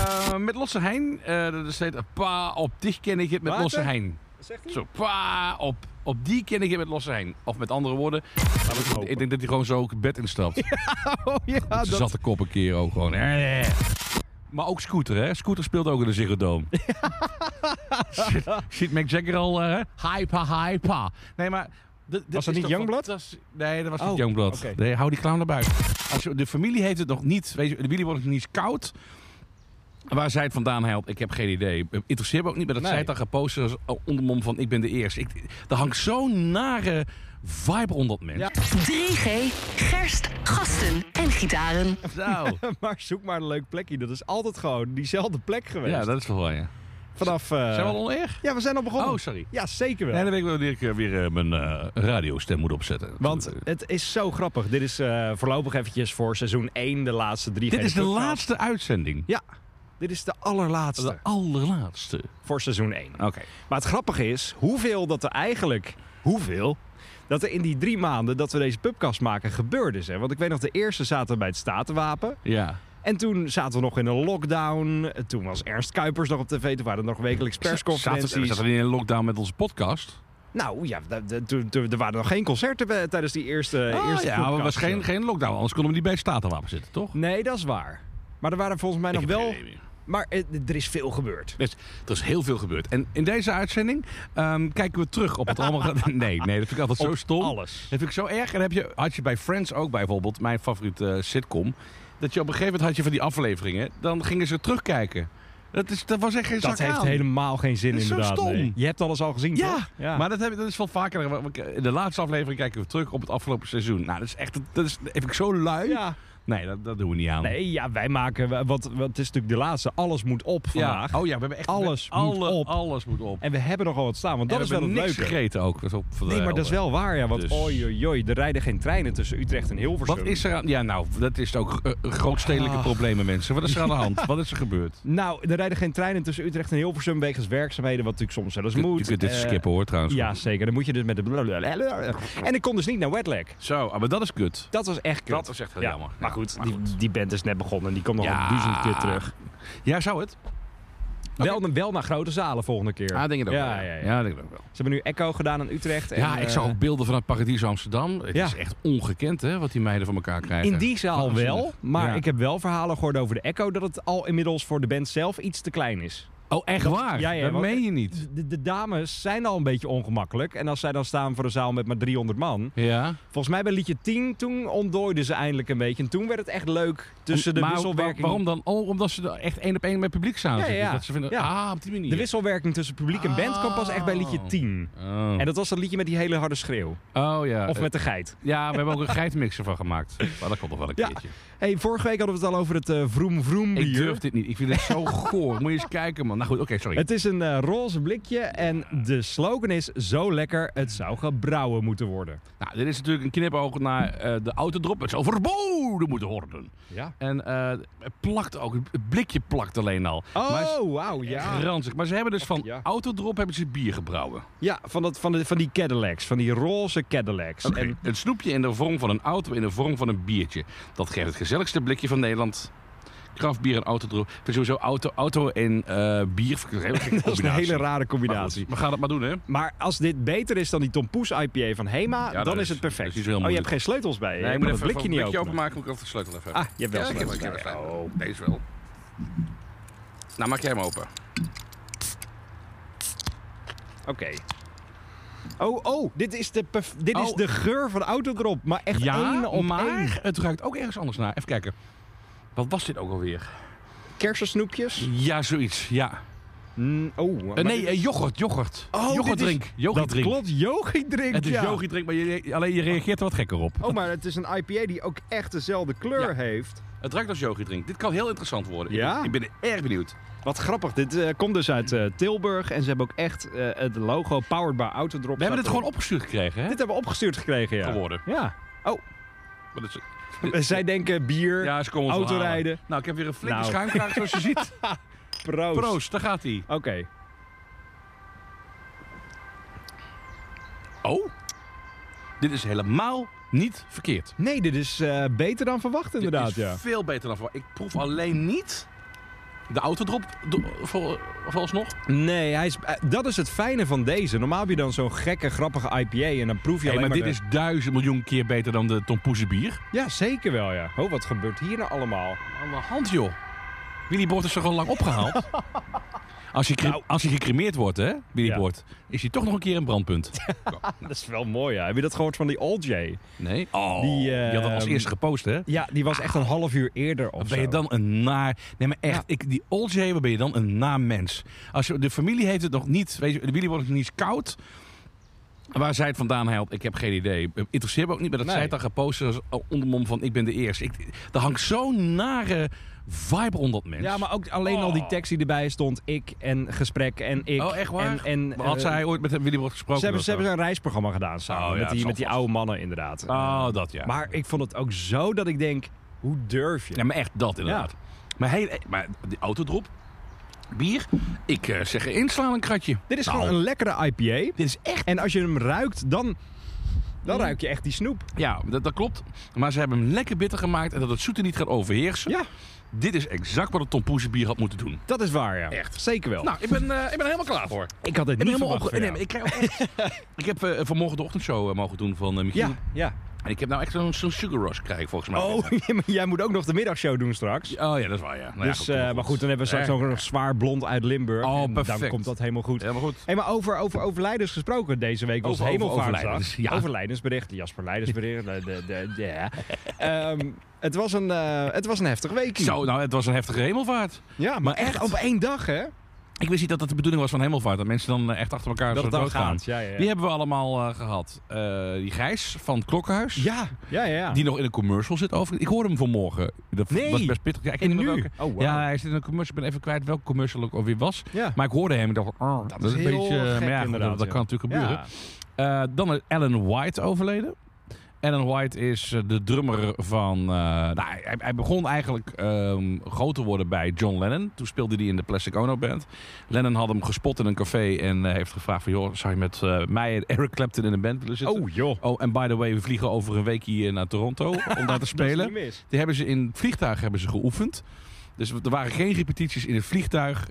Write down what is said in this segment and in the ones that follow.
Met Losse Hein. Er staat pa, op dich ken ik het met Losse Hein. Zegt hij? Zo, pa, op die ken ik het met Losse Hein. Of met andere woorden, ik denk dat hij gewoon zo het bed instapt. Ja, Ze zat de kop een keer ook gewoon. Maar ook Scooter, hè? Scooter speelt ook in de Ziggo Dome. Ziet Mick Jagger al, hypa. Nee, maar... Was dat niet Youngblood? Nee, dat was niet Youngblood. Okay. Nee, hou die clown naar buiten. De familie heeft het nog niet... Weet je, de Willy wordt nog niet scout. Waar zij het vandaan haalt, ik heb geen idee. Interesseert me ook niet, maar dat zij het dan gepost is onder mom van ik ben de eerste. Er hangt zo'n nare vibe rond dat mens. Ja. 3G, gerst, gasten en gitaren. Nou. Maar zoek maar een leuk plekje. Dat is altijd gewoon diezelfde plek geweest. Ja, dat is toch wel, ja. Vanaf... Zijn we al oneer? Ja, we zijn al begonnen. Oh, sorry. Ja, zeker wel. Nee, dan weet ik wel wanneer ik weer mijn radiostem moet opzetten. Want het is zo grappig. Dit is voorlopig eventjes voor seizoen 1 de laatste 3G. Dit is de podcast. laatste uitzending. Ja, dit is de allerlaatste. De allerlaatste. Voor seizoen 1. Oké. Maar het grappige is, dat er in die 3 maanden dat we deze pubcast maken gebeurd is. Hè? Want ik weet nog, de eerste zaten we bij het Statenwapen. Ja. En toen zaten we nog in een lockdown. Toen was Ernst Kuipers nog op tv. Toen waren er nog wekelijks persconferenties. We zaten in een lockdown met onze podcast. Nou ja, er waren nog geen concerten tijdens die eerste Ja, maar podcast. het was geen lockdown. Anders konden we niet bij Statenwapen zitten, toch? Nee, dat is waar. Maar er waren volgens mij nog wel... Geen idee meer. Maar er is veel gebeurd. Er is heel veel gebeurd. En in deze uitzending kijken we terug op het allemaal... Nee, dat vind ik altijd zo stom. Alles. Dat vind ik zo erg. En had je bij Friends ook bijvoorbeeld, mijn favoriete sitcom... dat je op een gegeven moment had je van die afleveringen... dan gingen ze terugkijken. Dat was echt geen zak Dat heeft aan. helemaal geen zin Dat is zo inderdaad. stom. Nee. Je hebt alles al gezien, Ja, toch? Ja. maar dat is wel vaker. In de laatste aflevering kijken we terug op het afgelopen seizoen. Nou, dat is heb ik zo lui. Ja. Nee, dat doen we niet aan. Nee, ja, wij maken... Want het is natuurlijk de laatste. Alles moet op vandaag. Ja. Oh ja, we hebben echt... Alles moet op. Alles moet op. En we hebben nogal wat staan, want dat En is we wel het hebben niks leuke. gegeten ook. Nee, maar dat is wel waar, ja. Want Dus- oei, er rijden geen treinen tussen Utrecht en Hilversum. Wat is er aan... Ja, nou, dat is ook grootstedelijke problemen, mensen. Wat is er aan de hand? Wat is er gebeurd? Nou, er rijden geen treinen tussen Utrecht en Hilversum wegens werkzaamheden, wat natuurlijk soms zelfs moet. Je kunt dit skippen, hoor, trouwens. Ja, zeker. Dan moet je dus met de... En ik kon dus niet naar Wetlag. Zo, maar dat is kut. Dat was echt kut. Dat was echt heel jammer. Maar Ja, goed, maar goed. die band is net begonnen en die komt nog een duizend keer terug. Ja, zou het? Wel naar grote zalen volgende keer. Ah, denk ik ook wel. Ja. Ja, denk ik ook wel. Ze hebben nu Echo gedaan in Utrecht. Ja, en, ik zag ook beelden vanuit Paradiso Amsterdam. Het Ja. is echt ongekend, hè, wat die meiden van elkaar krijgen. in die zaal wel, maar Ja. ik heb wel verhalen gehoord over de Echo dat het al inmiddels voor de band zelf iets te klein is. Oh, echt waar? Ja, Dat want meen je niet. De dames zijn al een beetje ongemakkelijk. En als zij dan staan voor een zaal met maar 300 man. Ja. Volgens mij bij liedje 10, toen ontdooiden ze eindelijk een beetje. En toen werd het echt leuk tussen de Maar wisselwerking. waarom dan? Oh, omdat ze er echt 1 op 1 met publiek zaten. Ja. Dat ze vinden, Ja. op die manier. De wisselwerking tussen publiek en band kwam pas echt bij liedje 10. Oh. En dat was dat liedje met die hele harde schreeuw. Oh ja. Of met de geit. Ja, we hebben ook een geitmixer van gemaakt. Maar dat komt nog wel een Ja. keertje. Hey, vorige week hadden we het al over het vroom vroom bier. Ik durf dit niet. Ik vind het zo goor. Moet je eens kijken, man. Nou goed, oké, sorry. Het is een roze blikje en de slogan is zo lekker, het zou gebrouwen moeten worden. Nou, dit is natuurlijk een knipoog naar de autodrop. Het zou verboden moeten worden. Ja. En het plakt ook. Het blikje plakt alleen al. Maar Oh, wauw, ja. ranzig. Maar ze hebben dus van Ja. autodrop hebben ze bier gebrouwen. Ja, van die Cadillacs, van die roze Cadillacs. Oké. En Een snoepje in de vorm van een auto, in de vorm van een biertje. Dat geeft het gezelligste blikje van Nederland. Kraftbier en autodrop. Ik vind sowieso auto en bier. Vind ik een hele gekke dat is een combinatie. hele rare Maar combinatie. goed, we gaan het maar doen, hè? Maar als dit beter is dan die Tom Poes IPA van Hema, Ja, dan dat is is- het perfect. dat is niet zo heel Oh, je moeilijk. hebt geen sleutels bij je. Nee, Je ik moet kan even het blikje niet een blikje openen. openmaken. Moet ik even de sleutel even Ah, je hebt wel Ja, ik heb sleutels. een keer Oh. Deze wel. Nou, maak jij hem open. Oké. Oh, dit is Oh. de geur van Autodrop, maar echt één op maar één. het ruikt ook ergens anders naar. Even kijken. Wat was dit ook alweer? Kersensnoepjes? Ja, zoiets. Ja. Maar Yoghurt. Oh, Yoghurtdrink. Dat Yoghurtdrink. klopt, yoghurtdrink. Het is ja. yoghurtdrink, maar alleen je reageert er wat gekker op. Oh, maar het is een IPA die ook echt dezelfde kleur Ja. heeft. Het ruikt als yoghurtdrink. Dit kan heel interessant worden. Ja? Ik ben erg benieuwd. Wat grappig, dit komt dus uit Tilburg en ze hebben ook echt het logo Powered by Autodrop. We hebben dit staat gewoon opgestuurd gekregen, hè? Dit hebben we opgestuurd gekregen, ja. Geworden. Ja. Oh, Wat is het? zij denken bier, Ja, ze komen ons wel autorijden. halen. Nou, ik heb weer een flinke Nou. schuimkraag, zoals je ziet. Proost. Proost, daar gaat hij. Oké. Oh. Dit is helemaal niet verkeerd. Nee, dit is beter dan verwacht inderdaad, Dit is ja. veel beter dan verwacht. Ik proef alleen niet De autodrop vooralsnog? Nee, dat is het fijne van deze. Normaal heb je dan zo'n gekke, grappige IPA en dan proef je alleen maar maar... dit is 1000 miljoen keer beter dan de Tom Poes bier. Ja, zeker wel, ja. Oh, wat gebeurt hier nou allemaal? Aan de hand, joh. Willy Bort is toch al lang opgehaald? Als je gecremeerd wordt, hè, Willy Bort, is hij toch nog een keer een brandpunt. Dat is wel mooi, ja. Heb je dat gehoord van die Old J? Nee? Die had dat als eerste gepost, hè? Ja, die was echt een half uur eerder of Ben je dan een naar... Nee, maar echt, die Old J, waar ben je dan een naar mens? De familie heeft het nog niet... Weet je, de Willy Bort is niet koud. Waar zij het vandaan haalt, ik heb geen idee. Interesseert me ook niet, maar dat zij het dan gepost als ondermom van ik ben de eerste. Er hangt zo'n nare vibe onder dat mens. Ja, maar ook alleen al die tekst die erbij stond. Ik en gesprek en ik. Oh, echt waar? Had zij ooit met Willy Bort gesproken? Ze hebben een reisprogramma gedaan samen. Met die oude mannen inderdaad. Oh, dat ja. Maar ik vond het ook zo dat ik denk, hoe durf je? Ja, maar echt dat inderdaad. Ja. Maar die autodrop, bier, ik zeg inslaan een kratje. Dit is gewoon een lekkere IPA. Dit is echt... En als je hem ruikt, dan ruik je echt die snoep. Ja, dat klopt. Maar ze hebben hem lekker bitter gemaakt en dat het zoete niet gaat overheersen. Ja. Dit is exact wat een Tom Poes bier had moeten doen. Dat is waar, ja. Echt. Zeker wel. Nou, ik ben er helemaal klaar voor. Ik had het niet verwacht. Ik heb vanmorgen de ochtendshow mogen doen van Michiel. Ja. En ik heb nou echt zo'n sugar rush krijg ik volgens mij. Oh, maar jij moet ook nog de middagshow doen straks. Oh ja, dat is waar, ja. Nou, dus, maar goed, dan hebben we straks nog zwaar blond uit Limburg. Oh, en perfect. dan komt dat helemaal goed. Helemaal goed. Hey, maar over overlijdens gesproken deze week was Hemelvaartsdag. Ja. Overlijdensbericht, Jasper Leidersbericht. Het was een heftig week. Zo, nou, het was een heftige hemelvaart. Ja, maar echt op één dag, hè? Ik wist niet dat dat de bedoeling was van hemelvaart. Dat mensen dan echt achter elkaar zo doodgaan. Ja. Die hebben we allemaal gehad. Die Gijs van het Klokkenhuis. Ja. Die nog in een commercial zit over. Ik hoorde hem vanmorgen. Dat was best pittig. Ja, ik weet niet nu? welke. Oh, wow. Ja, hij zit in een commercial. Ik ben even kwijt welke commercial ook alweer was. Ja. Maar ik hoorde hem en dacht, dat is een heel beetje... gek, maar ja, inderdaad, dat kan natuurlijk gebeuren. Ja. Dan is Alan White overleden. Alan White is de drummer van... hij begon eigenlijk groot te worden bij John Lennon. Toen speelde hij in de Plastic Ono Band. Lennon had hem gespot in een café en heeft gevraagd van... joh, zou je met mij en Eric Clapton in een band willen zitten? Oh, joh. Oh, en by the way, we vliegen over een week hier naar Toronto om daar te spelen. Dat is niet mis. Die hebben ze in het vliegtuig geoefend. Dus er waren geen repetities in het vliegtuig.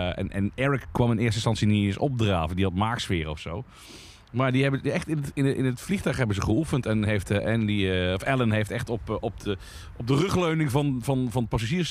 En Eric kwam in eerste instantie niet eens opdraven. Die had maagsfeer of zo. Maar die hebben echt in het vliegtuig hebben ze geoefend. En heeft Alan heeft echt op de rugleuning van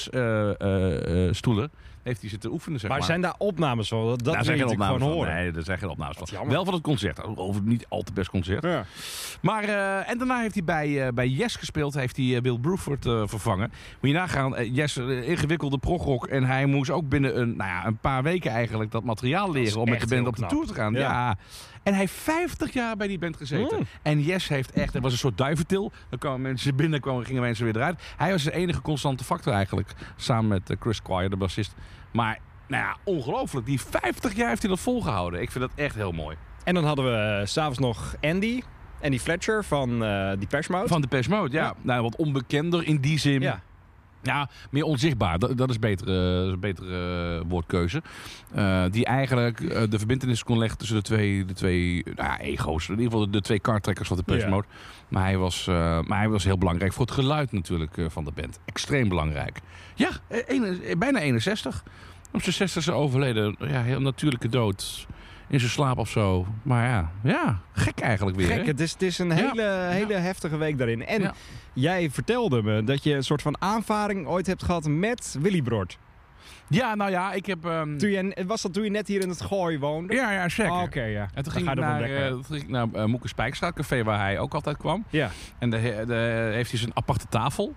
passagiersstoelen heeft hij zitten oefenen, zeg maar. Zijn daar opnames van? Dat daar zijn wil geen je opnames gewoon van. horen. Nee, er zijn geen opnames van. Jammer. Wel van het concert. Over niet al te best concert. Ja. Maar, en daarna heeft hij bij Yes gespeeld. Heeft hij Bill Bruford vervangen. Moet je nagaan, Yes, ingewikkelde progrock. En hij moest ook binnen een paar weken eigenlijk dat materiaal leren om met de band op de tour te gaan. Ja. En hij heeft 50 jaar bij die band gezeten. En Yes heeft echt... Het was een soort duiventil. Dan kwamen mensen binnen, gingen mensen weer eruit. Hij was de enige constante factor eigenlijk. Samen met Chris Squire, de bassist. Maar, ongelooflijk. Die 50 jaar heeft hij dat volgehouden. Ik vind dat echt heel mooi. En dan hadden we s'avonds nog Andy Fletcher van Depeche Mode. Van Depeche Mode, ja. Nou, wat onbekender in die zin. Ja. Ja, meer onzichtbaar. Dat is een betere woordkeuze. Die eigenlijk de verbintenis kon leggen tussen de twee ego's. In ieder geval de twee kartrekkers van de Depeche Mode. Maar hij was heel belangrijk voor het geluid natuurlijk van de band. Extreem belangrijk. Ja, bijna 61. Op zijn 60e overleden. Ja, heel natuurlijke dood. In zijn slaap of zo. Maar ja, gek eigenlijk weer. Gek, het is een hele heftige week daarin. En jij vertelde me dat je een soort van aanvaring ooit hebt gehad met Willy Bort. Ja, nou ja, ik heb... Was dat toen je net hier in het Gooi woonde? Ja, zeker. Oh, oké, ja. En toen ging ik naar Moeke Spijkstraat, café waar hij ook altijd kwam. Ja. En daar heeft hij zijn aparte tafel.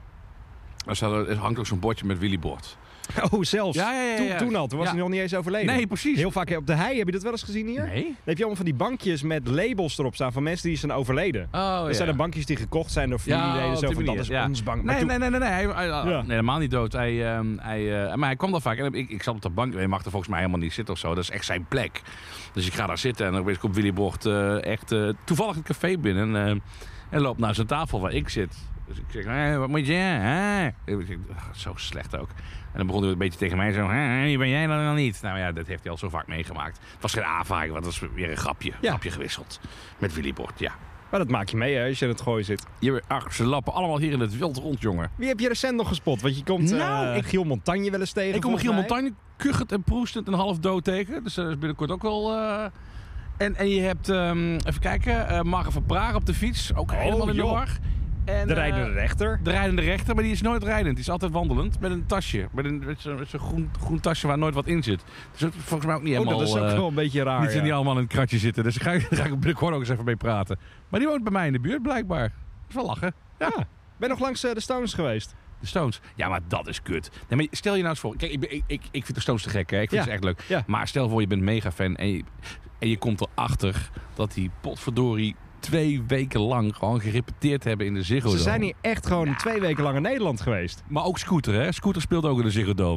Er hangt ook zo'n bordje met Willy Bort. Oh, zelfs? Ja. Toen al. Toen was hij nog niet eens overleden. Nee, precies. Heel vaak op de hei. Heb je dat wel eens gezien hier? Nee. Dan heb je allemaal van die bankjes met labels erop staan van mensen die zijn overleden. Dat zijn de bankjes die gekocht zijn door familieleden. Zo van, dat is ons bank. Nee. Hij helemaal niet dood. Maar hij kwam daar vaak. En ik zat op de bank. Hij mag er volgens mij helemaal niet zitten of zo. Dat is echt zijn plek. Dus ik ga daar zitten. En dan weet ik op Willy Bort toevallig het café binnen. En loopt naar zijn tafel waar ik zit. Dus ik zeg, wat moet je? Ik zeg, zo slecht ook. En dan begon hij een beetje tegen mij zo, wie ben jij dan niet? Nou ja, dat heeft hij al zo vaak meegemaakt. Het was geen aanvaring, want het was weer een grapje gewisseld. Met Willy Bort, ja. Maar dat maak je mee hè, als je in het gooien zit. Ze lappen allemaal hier in het wild rond, jongen. Wie heb je recent nog gespot? Want je komt Giel Montagne wel eens tegen. Ik kom Giel Montagne kuchend en proestend en half dood tegen. Dus dat is binnenkort ook wel... En je hebt, even kijken, Marga van Praag op de fiets. Ook helemaal in de war. En, de rijdende rechter. De rijdende rechter, maar die is nooit rijdend. Die is altijd wandelend met een tasje. Met zo'n groen tasje waar nooit wat in zit. Dus dat is volgens mij ook niet helemaal... dat is ook wel een beetje raar. Niet allemaal in het kratje zitten. Dus daar ga ik binnenkort ook eens even mee praten. Maar die woont bij mij in de buurt blijkbaar. Dat is wel lachen. Ja. Ben nog langs de Stones geweest? De Stones. Ja, maar dat is kut. Nee, maar stel je nou eens voor... Kijk, ik vind de Stones te gek, hè. Ik vind ze echt leuk. Ja. Maar stel voor je bent mega fan en je komt erachter dat die potverdorie 2 weken lang gewoon gerepeteerd hebben in de Ziggo Dome. Ze zijn hier echt gewoon 2 weken lang in Nederland geweest. Maar ook Scooter, hè? Scooter speelt ook in de Ziggo Dome.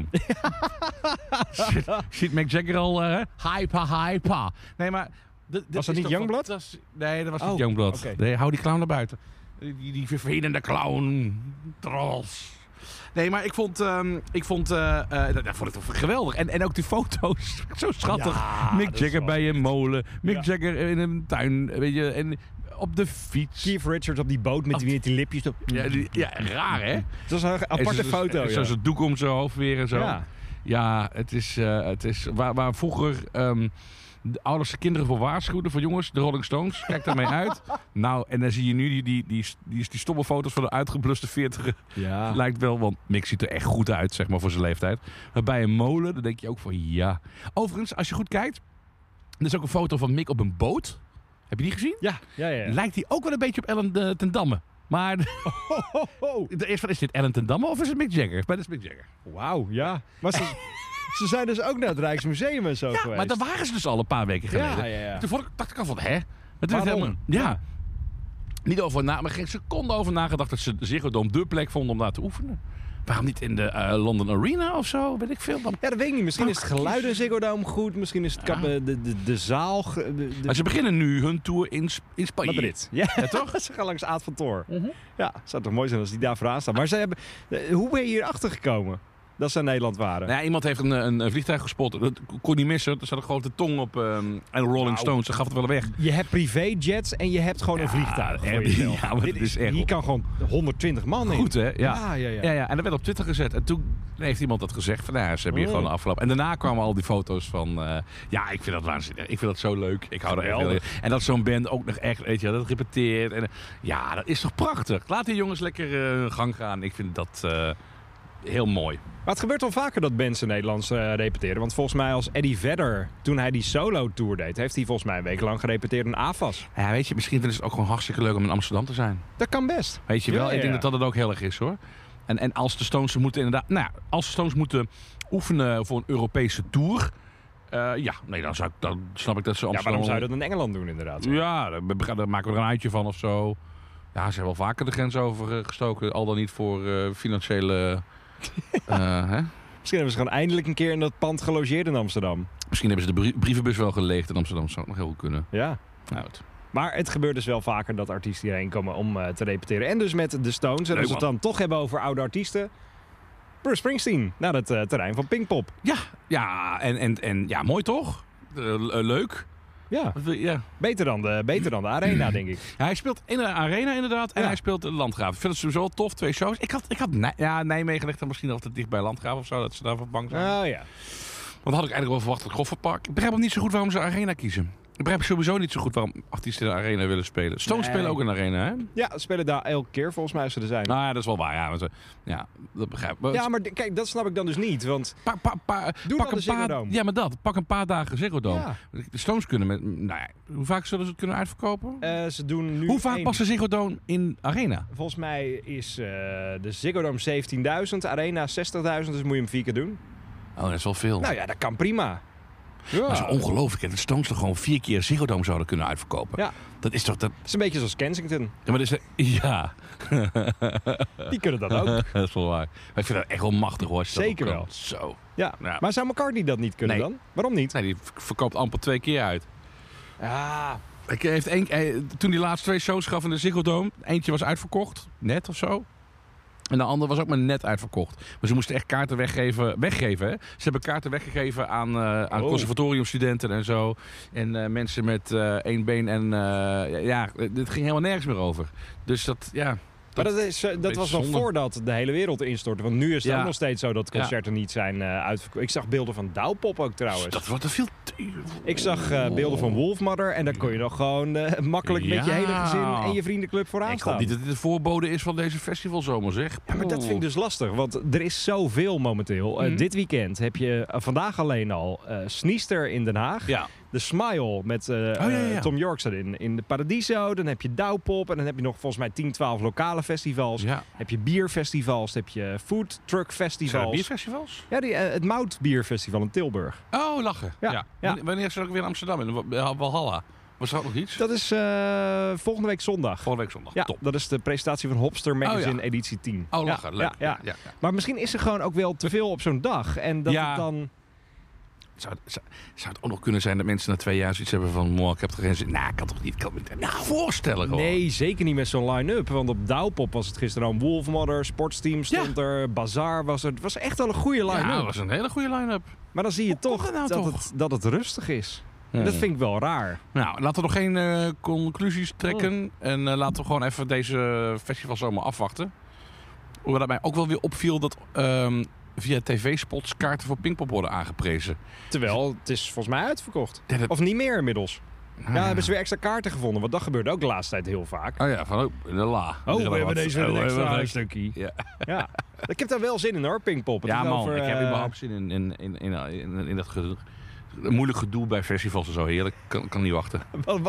Ziet Mick Jagger al, hypa. Nee, maar... Was dat niet Youngblood? Nee, dat was niet Youngblood. Okay. Nee, hou die clown naar buiten. Die vervelende clown. Trolls. Nee, maar ik vond het geweldig. En ook die foto's. Zo schattig. Ja, Mick Jagger bij een molen. Mick Jagger in een tuin. Weet je, en op de fiets. Keith Richards op die boot met die lippjes. Ja, raar hè? Dat was een aparte foto. Zo zijn doek om zijn hoofd weer en zo. Ja, het is waar vroeger... de ouders de kinderen voor waarschuwden. Van jongens, de Rolling Stones. Kijk daarmee uit. Nou, en dan zie je nu die stomme foto's van de uitgebluste 40. Ja. Lijkt wel, want Mick ziet er echt goed uit, zeg maar, voor zijn leeftijd. Maar bij een molen, dan denk je ook van ja. Overigens, als je goed kijkt. Er is ook een foto van Mick op een boot. Heb je die gezien? Ja. Lijkt hij ook wel een beetje op Ellen ten Damme. Maar de eerste van, is dit Ellen ten Damme of is het Mick Jagger? Maar dat is Mick Jagger. Wauw, ja. Maar ze zijn dus ook naar het Rijksmuseum en zo geweest. Maar daar waren ze dus al een paar weken geleden. Ja. Toen dacht ik al van, hè? Waarom? Niet over maar geen seconde over nagedacht dat ze de Ziggo Dome de plek vonden om daar te oefenen. Waarom niet in de London Arena of zo? Weet ik veel. Ja, dat weet ik niet. Misschien is het geluid in Ziggo Dome goed. Misschien is het de zaal... Maar ze beginnen nu hun tour in Spanje. Madrid. Ja, toch? Ze gaan langs Aad van Toor. Ja, het zou toch mooi zijn als die daar vooraan staan. Maar ze hebben... Hoe ben je hier achter gekomen? Dat ze in Nederland waren. Nou ja, iemand heeft een vliegtuig gespot. Dat kon niet missen. Er zat een grote tong op en Rolling Stones. Ze gaf het wel weg. Je hebt privéjets en je hebt gewoon een vliegtuig. Ja, maar dit is echt... Hier kan gewoon 120 man in. Goed, hè? Ja. En dat werd op Twitter gezet. En toen heeft iemand dat gezegd. Van, ze hebben hier gewoon afgelopen. En daarna kwamen al die foto's van... ik vind dat waanzinnig. Ik vind dat zo leuk. Ik hou er echt heel. En dat zo'n band ook nog echt... Weet je, dat repeteert. En, dat is toch prachtig. Laat die jongens lekker gang gaan. Ik vind dat... heel mooi. Maar het gebeurt al vaker dat bands in Nederlands repeteren. Want volgens mij als Eddie Vedder, toen hij die solo-tour deed... heeft hij volgens mij een week lang gerepeteerd in AFAS. Ja, weet je, misschien vinden ze het ook gewoon hartstikke leuk om in Amsterdam te zijn. Dat kan best. Weet je wel, ik denk dat het ook heel erg is hoor. En als de Stones moeten inderdaad... Nou ja, als de Stones moeten oefenen voor een Europese tour... dan snap ik dat ze Amsterdam... Ja, waarom zou je dat in Engeland doen inderdaad? Ja, daar maken we er een uitje van of zo. Ja, ze hebben wel vaker de grens overgestoken. Al dan niet voor financiële... Misschien hebben ze gewoon eindelijk een keer in dat pand gelogeerd in Amsterdam. Misschien hebben ze de brievenbus wel geleegd in Amsterdam. Zou ook nog heel goed kunnen. Ja. Nou, maar het gebeurt dus wel vaker dat artiesten hierheen komen om te repeteren. En dus met de Stones. En als we het dan toch hebben over oude artiesten... Bruce Springsteen naar het terrein van Pinkpop. Ja, en mooi toch? Leuk. Ja. Beter dan de Arena, denk ik. Ja, hij speelt in de Arena inderdaad. En hij speelt de Landgraaf. Ik vind het sowieso tof, 2 shows. Ik had Nijmegen ligt dan misschien altijd dicht bij Landgraaf of zo. Dat ze daarvoor bang zijn. Oh ja. Want had ik eigenlijk wel verwacht het Goffertpark. Ik begrijp ook niet zo goed waarom ze Arena kiezen. Ik begrijp sowieso niet zo goed waarom artiesten in de Arena willen spelen. Stones spelen ook in de Arena, hè? Ja, ze spelen daar elke keer volgens mij als ze er zijn. Nou ja, dat is wel waar. Ja, dat begrijp ik. Ja, maar kijk, dat snap ik dan dus niet. Want pak een paar dagen Ziggo Dome. Ja. De Stones kunnen met... Nou ja, hoe vaak zullen ze het kunnen uitverkopen? Ze doen nu hoe vaak past de Ziggo Dome in Arena? Volgens mij is de Ziggo Dome 17.000, Arena 60.000. Dus moet je hem 4 keer doen. Oh, dat is wel veel. Nou ja, dat kan prima. Ja. Dat is ongelooflijk. Dat de Stones toch gewoon 4 keer Ziggo Dome zouden kunnen uitverkopen. Ja. Dat is toch... Dat is een beetje zoals Kensington. Ja, maar dat is... Ja. Die kunnen dat ook. Dat is wel waar. Maar ik vind dat echt wel machtig hoor. Zeker wel. Zo. Ja. Maar zou McCartney dat niet kunnen dan? Waarom niet? Nee, die verkoopt amper 2 keer uit. Ja. Toen die laatste 2 shows gaf in de Ziggo Dome. Eentje was uitverkocht. Net of zo. En de andere was ook maar net uitverkocht. Maar ze moesten echt kaarten weggeven. Hè? Ze hebben kaarten weggegeven aan conservatoriumstudenten en zo. En mensen met 1 been. En dit ging helemaal nergens meer over. Dus dat, ja... Maar dat was nog voordat de hele wereld instortte. Want nu is het ook nog steeds zo dat concerten niet zijn uitverkocht. Ik zag beelden van Douwpop ook trouwens. Dat wordt er veel... Ik zag beelden van Wolfmother. En daar kon je nog gewoon makkelijk met je hele gezin en je vriendenclub vooraan staan. Ik hoop niet dat dit de voorbode is van deze festivalzomer, zeg. Ja, maar dat vind ik dus lastig. Want er is zoveel momenteel. Dit weekend heb je vandaag alleen al Sneester in Den Haag. Ja. De Smile met Tom York staat in de Paradiso. Dan heb je Douwpop. En dan heb je nog volgens mij 10, 12 lokale festivals. Ja. Heb je bierfestivals. Dan heb je food truck festivals. Zijn er bierfestivals? Ja, het Mout Bierfestival in Tilburg. Oh, lachen. Ja. Wanneer is het ook weer in Amsterdam? In Walhalla? Was er ook nog iets? Dat is volgende week zondag. Volgende week zondag, ja, top. Dat is de presentatie van Hopster Magazine editie 10. Oh, lachen. Leuk. Ja. Maar misschien is er gewoon ook wel te veel op zo'n dag. En dat het dan... Zou het ook nog kunnen zijn dat mensen na 2 jaar zoiets hebben van... ik heb er geen zin... ik kan toch niet... kan me niet voorstellen gewoon. Nee, zeker niet met zo'n line-up. Want op Douwpop was het gisteren al Wolfmother, Sportsteam stond er, Bazaar was er. Het was echt wel een goede line-up. Ja, het was een hele goede line-up. Maar dan zie je toch dat het rustig is. En dat vind ik wel raar. Nou, laten we nog geen conclusies trekken. En laten we gewoon even deze festival zomaar afwachten. Hoewel dat mij ook wel weer opviel dat... via tv-spots kaarten voor Pinkpop worden aangeprezen. Terwijl, het is volgens mij uitverkocht. Of niet meer inmiddels. Ja, hebben ze weer extra kaarten gevonden. Want dat gebeurt ook de laatste tijd heel vaak. Oh ja, van de la. We hebben deze weer een extra stukje. Ja. Ik heb daar wel zin in hoor, Pinkpop. Ja man, ik heb überhaupt zin in dat moeilijk gedoe bij festivals en zo. Heerlijk, kan niet wachten.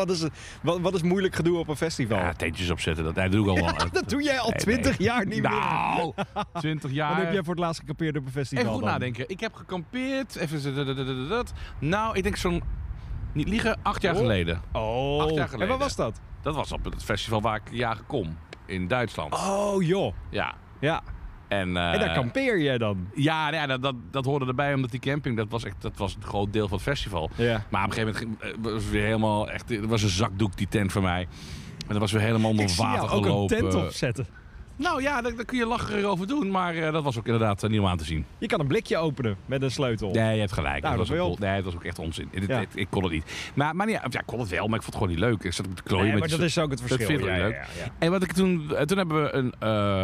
Wat is moeilijk gedoe op een festival? Ja, tentjes opzetten, dat doe ik al lang. Dat doe jij al 20 jaar niet meer. Nou, 20 jaar. Wanneer heb jij voor het laatst gekampeerd op een festival? Even goed nadenken. Ik heb gekampeerd. Nou, ik denk zo'n... Niet liegen, 8 jaar geleden. 8 jaar geleden. En wat was dat? Dat was op het festival waar ik jagen kom. In Duitsland. Oh joh. Ja. En daar kampeer jij dan? Ja, dat hoorde erbij, omdat die camping, dat was een groot deel van het festival. Ja. Maar op een gegeven moment was het weer helemaal echt, het was een zakdoek die tent voor mij. En dat was weer helemaal onder water gelopen. Ook een tent opzetten. Nou ja, daar kun je lacherig over doen, maar dat was ook inderdaad niet om aan te zien. Je kan een blikje openen met een sleutel. Nee, je hebt gelijk. Nou, dat was ook echt onzin. Ik kon het niet. Maar ik kon het wel, maar ik vond het gewoon niet leuk. Ik zat op te klooien. Nee, maar dat is ook het verschil. Dat vind ik leuk. Ja. En wat ik toen hebben we een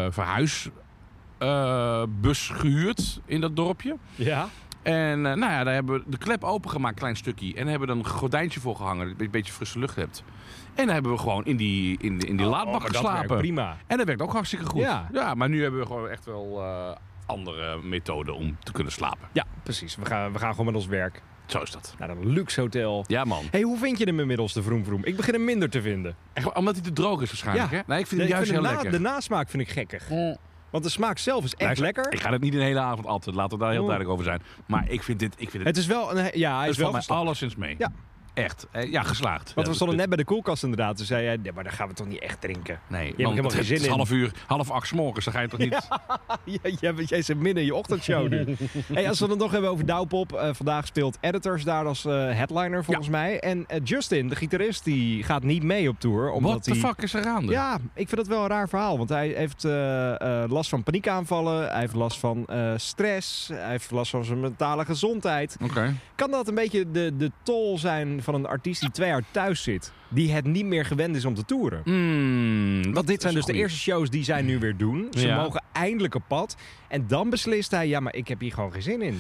verhuisbus gehuurd in dat dorpje. Ja. En daar hebben we de klep opengemaakt, klein stukje. En hebben er een gordijntje voor gehangen, dat je een beetje frisse lucht hebt. En dan hebben we gewoon in die laadbak geslapen. Dat prima. En dat werkt ook hartstikke goed. Ja. Maar nu hebben we gewoon echt wel andere methoden om te kunnen slapen. Ja, precies. We gaan gewoon met ons werk. Zo is dat. Naar een luxe hotel. Ja, man. Hey, hoe vind je hem inmiddels, de Vroom Vroom? Ik begin hem minder te vinden. Echt, omdat hij te droog is waarschijnlijk, hè? Nee, ik vind hem juist heel lekker. De nasmaak vind ik gekkig. Want de smaak zelf is echt lekker. Ik ga het niet de hele avond altijd. Laten we daar heel duidelijk over zijn. Maar ik vind dit... Het is wel... hij is wel mij alleszins mee. Ja. Echt. Geslaagd. Want we stonden net bij de koelkast inderdaad. Toen zei jij, nee, maar daar gaan we toch niet echt drinken? Nee, je hebt helemaal geen zin in. 7:30 's morgens. Dan ga je toch niet... Jij zit midden in je ochtendshow nu. Hey, als we het nog hebben over Douwpop. Vandaag speelt Editors daar als headliner volgens mij. En Justin, de gitarist, die gaat niet mee op tour. What the fuck is er gaande? Ja, ik vind dat wel een raar verhaal. Want hij heeft last van paniekaanvallen. Hij heeft last van stress. Hij heeft last van zijn mentale gezondheid. Okay. Kan dat een beetje de tol zijn van een artiest die 2 jaar thuis zit, die het niet meer gewend is om te toeren? Want dit zijn dus de eerste shows die zij nu weer doen. Ze mogen eindelijk op pad. En dan beslist hij, maar ik heb hier gewoon geen zin in.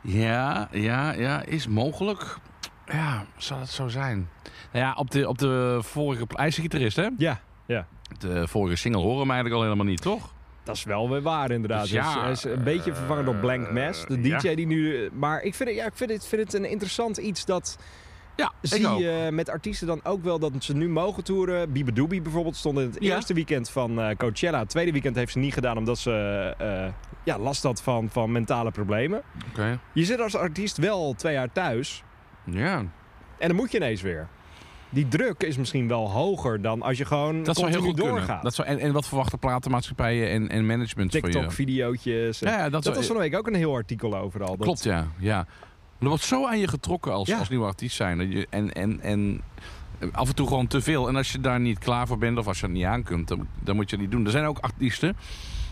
Ja, is mogelijk. Ja, zou dat zo zijn? Nou ja, op de vorige IJzergitarist, hè? Ja. De vorige single horen we eigenlijk al helemaal niet, toch? Dat is wel weer waar, inderdaad. Dus hij is een beetje vervangen door Blank Mass, de DJ die nu... Maar ik vind het een interessant iets dat... Ja, zie je met artiesten dan ook wel dat ze nu mogen toeren. Biba Doobie bijvoorbeeld stond in het eerste weekend van Coachella. Het tweede weekend heeft ze niet gedaan omdat ze last had van mentale problemen. Okay. Je zit als artiest wel 2 jaar thuis. Ja. En dan moet je ineens weer. Die druk is misschien wel hoger dan als je gewoon dat continu zou heel goed doorgaat. En wat verwachten platenmaatschappijen en management van je? TikTok-videootjes. Dat was van de week ook een heel artikel overal. Klopt, ja. Er wordt zo aan je getrokken als nieuwe artiest zijn. En af en toe gewoon te veel. En als je daar niet klaar voor bent of als je het niet aankunt, dan moet je het niet doen. Er zijn ook artiesten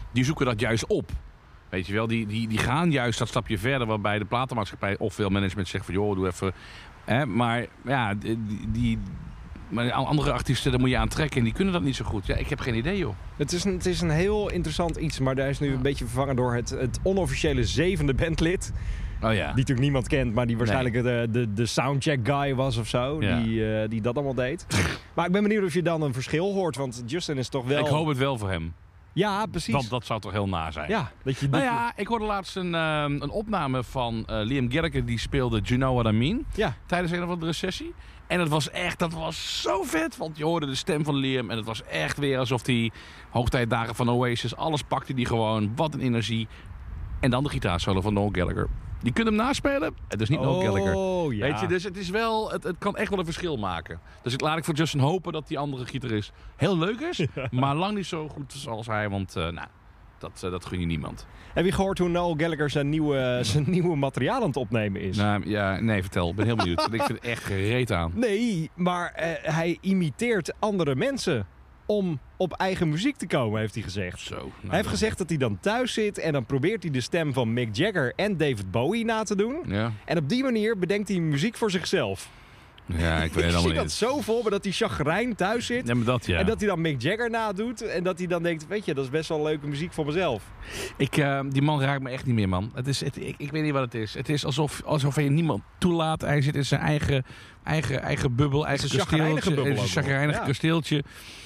die zoeken dat juist op. Weet je wel, die gaan juist dat stapje verder, waarbij de platenmaatschappij of veel management zegt van, joh, doe even. Maar ja, maar andere artiesten, daar moet je aan trekken en die kunnen dat niet zo goed. Ja, ik heb geen idee, joh. Het is een heel interessant iets, maar daar is nu een beetje vervangen door het onofficiële 7e bandlid. Oh ja. Die natuurlijk niemand kent, maar die waarschijnlijk de soundcheck guy was of zo. Ja. Die dat allemaal deed. Maar ik ben benieuwd of je dan een verschil hoort, want Justin is toch wel... Ik hoop het wel voor hem. Ja, precies. Want dat zou toch heel na zijn. Ja, ik hoorde laatst een opname van Liam Gallagher, die speelde You Know What I Mean. Ja. Tijdens een of andere sessie. En dat was zo vet, want je hoorde de stem van Liam en het was echt weer alsof die hoogtijdagen van Oasis, alles pakte die gewoon, wat een energie. En dan de gitaarsolo van Noel Gallagher. Je kunt hem naspelen, het is niet Noel Gallagher. Ja. Weet je, dus het is wel, het kan echt wel een verschil maken. Dus laat ik voor Justin hopen dat die andere gitarist heel leuk is, maar lang niet zo goed zoals hij, want dat gun je niemand. Heb je gehoord hoe Noel Gallagher zijn nieuwe materiaal aan het opnemen is? Nou, ja, nee, vertel. Ik ben heel benieuwd. Ik vind het echt gereed aan. Nee, maar hij imiteert andere mensen om op eigen muziek te komen, heeft hij gezegd. Zo, hij heeft gezegd dat hij dan thuis zit en dan probeert hij de stem van Mick Jagger en David Bowie na te doen. Ja. En op die manier bedenkt hij muziek voor zichzelf. Ja, ik weet het allemaal zie niet. dat zo voor me, dat hij chagrijn thuis zit. Ja, maar dat, ja. En dat hij dan Mick Jagger nadoet. En dat hij dan denkt, weet je, dat is best wel leuke muziek voor mezelf. Die man raakt me echt niet meer, man. Ik weet niet wat het is. Het is alsof hij niemand toelaat. Hij zit in zijn eigen bubbel, eigen kasteeltje. Een chagrijnig kasteeltje.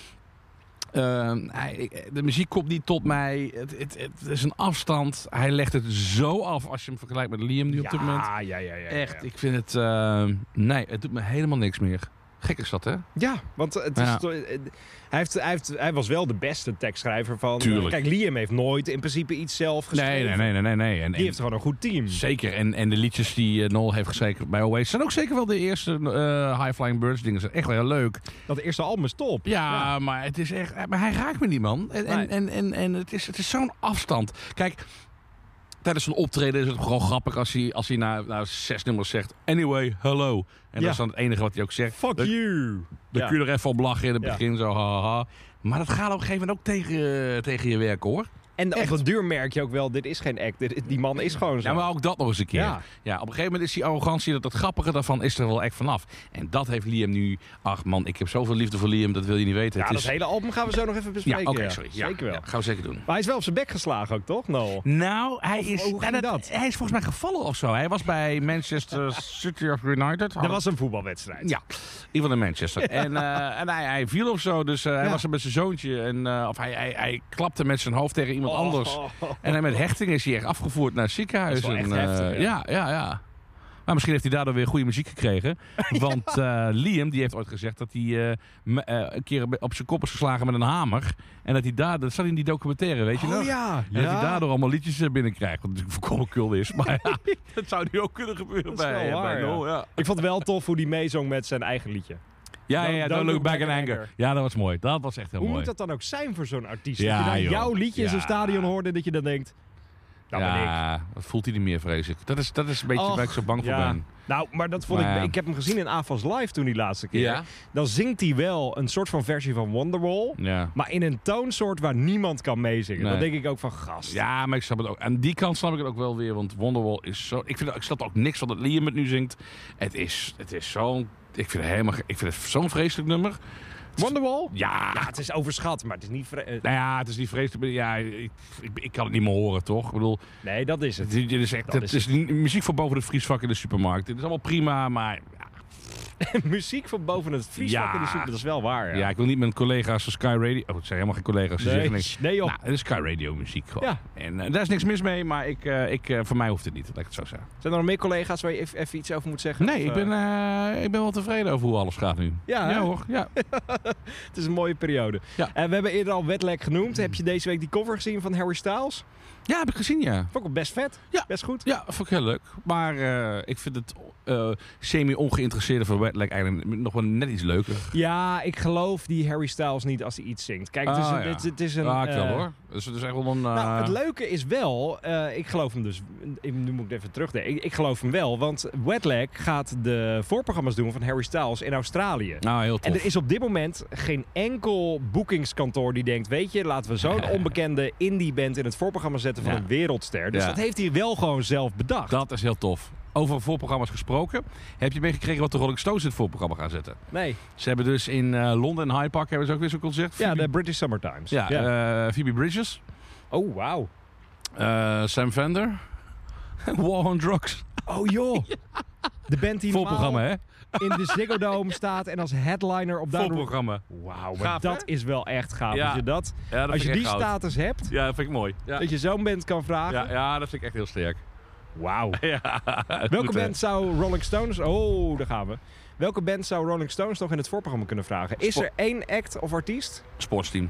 De muziek komt niet tot mij. Het is een afstand. Hij legt het zo af als je hem vergelijkt met Liam nu op dit moment. Ja. Echt, ik vind het... nee, het doet me helemaal niks meer. Gek is dat, hè? Ja, want het is hij was wel de beste tekstschrijver van... Tuurlijk. Kijk, Liam heeft nooit in principe iets zelf geschreven. Nee. En die heeft gewoon een goed team. Zeker. En de liedjes die Noel heeft geschreven bij Oasis zijn ook zeker wel de eerste High Flying Birds dingen. Zijn echt wel heel leuk. Dat eerste album is top. Ja, maar het is echt... Maar hij raakt me niet, man. En het is zo'n afstand. Kijk... Tijdens een optreden is het gewoon grappig als hij na 6 nummers zegt... Anyway, hello. En dat is dan het enige wat hij ook zegt. Fuck you. Dan kun je er even op lachen in het begin, zo haha. Maar dat gaat op een gegeven moment ook tegen je werk, hoor. En op de duur merk je ook wel, dit is geen act. Die man is gewoon zo. Ja, maar ook dat nog eens een keer. Ja, op een gegeven moment is die arrogantie, dat het grappige daarvan is er wel echt vanaf. En dat heeft Liam nu... Ach man, ik heb zoveel liefde voor Liam, dat wil je niet weten. Ja, dat hele album gaan we zo nog even bespreken. Ja, oké, sorry. Zeker wel. Ja, gaan we zeker doen. Maar hij is wel op zijn bek geslagen ook, toch, Noel? Nou, hij hij is volgens mij gevallen of zo. Hij was bij Manchester City of United. Dat was een voetbalwedstrijd. Ja, in van de Manchester. En hij viel of zo, dus hij was er met zijn zoontje. Of hij klapte met zijn hoofd tegen iemand anders. En met hechting is hij echt afgevoerd naar het ziekenhuis. Dat is wel echt heftig, ja. Maar misschien heeft hij daardoor weer goede muziek gekregen. Want Liam die heeft ooit gezegd dat hij een keer op zijn kop is geslagen met een hamer. En dat hij dat zat in die documentaire, weet je nog? Ja. En dat hij daardoor allemaal liedjes binnenkrijgt. Wat natuurlijk volkomen kul is. Maar ja, dat zou nu ook kunnen gebeuren bij Noel. Ja. Ik vond het wel tof hoe hij meezong met zijn eigen liedje. Don't look back in anger. Ja, dat was mooi. Dat was echt heel mooi. Hoe moet dat dan ook zijn voor zo'n artiest? Ja, dat je dan joh. jouw liedje in zo'n stadion hoorde en dat je dan denkt... Dat ben ik. Dat voelt hij niet meer, vrees ik. Dat is een beetje waar ik zo bang voor ben. Nou, maar dat vond ik... Ik heb hem gezien in AFAS Live toen die laatste keer. Ja? Dan zingt hij wel een soort van versie van Wonderwall. Ja. Maar in een toonsoort waar niemand kan meezingen. Nee. Dan denk ik ook van, gast. Ja, maar ik snap het ook. Aan die kant snap ik het ook wel weer. Want Wonderwall is zo... Ik snap ook niks van dat Liam het nu zingt. Het is zo'n... Ik vind het zo'n vreselijk nummer. Wonderwall? Ja. Het is overschat, maar het is niet... Nou ja, het is niet vreselijk. Ja, ik kan het niet meer horen, toch? Ik bedoel... Nee, dat is het. Het is muziek voor boven het vriesvak in de supermarkt. Het is allemaal prima, maar... Muziek van boven het vriesvak in de super, dat is wel waar. Ja, ik wil niet met collega's van Sky Radio... Oh, het zijn helemaal geen collega's. Nee, joh. Nou, het is Sky Radio muziek gewoon. Ja. En daar is niks mis mee, maar voor mij hoeft het niet. Laat ik het zo zeggen. Zijn er nog meer collega's waar je even iets over moet zeggen? Nee, ik ben wel tevreden over hoe alles gaat nu. Ja hoor. Ja. Het is een mooie periode. Ja. We hebben eerder al Wet Leg genoemd. Heb je deze week die cover gezien van Harry Styles? Ja, heb ik gezien, ja. Vond ik ook best vet. Ja. Best goed. Ja, vond ik heel leuk. Maar ik vind het semi-ongeïnteresseerde van Wet Leg eigenlijk nog wel net iets leuker. Ja, ik geloof die Harry Styles niet als hij iets zingt. Kijk, het is een... ik wel hoor. Dus het is echt wel een... Nou, het leuke is wel, ik geloof hem dus... Nu moet ik even terugdenken. Ik geloof hem wel, want Wet Leg gaat de voorprogramma's doen van Harry Styles in Australië. Nou, heel tof. En er is op dit moment geen enkel boekingskantoor die denkt... weet je, laten we zo'n onbekende indie band in het voorprogramma zetten van een wereldster. Dus dat heeft hij wel gewoon zelf bedacht. Dat is heel tof. Over voorprogramma's gesproken. Heb je meegekregen wat de Rolling Stones in het voorprogramma gaan zetten? Nee. Ze hebben dus in Londen en Hyde Park hebben ze ook weer zo'n concert. Ja, de British Summer Times. Ja, Phoebe Bridgers. Oh, wauw. Sam Fender. War on Drugs. Oh joh. De band die voorprogramma, hè? in de Ziggo Dome staat en als headliner op dat voorprogramma. Wauw, maar gaaf, dat hè? is wel echt gaaf. Ja. Als je, dat Ja, als je die status hebt, ja, dat vind ik mooi. Ja. dat je zo'n band kan vragen. Ja, dat vind ik echt heel sterk. Wauw. Ja, Welke goed, band zou Rolling Stones... Oh, daar gaan we. Welke band zou Rolling Stones nog in het voorprogramma kunnen vragen? Is er één act of artiest? Sportsteam.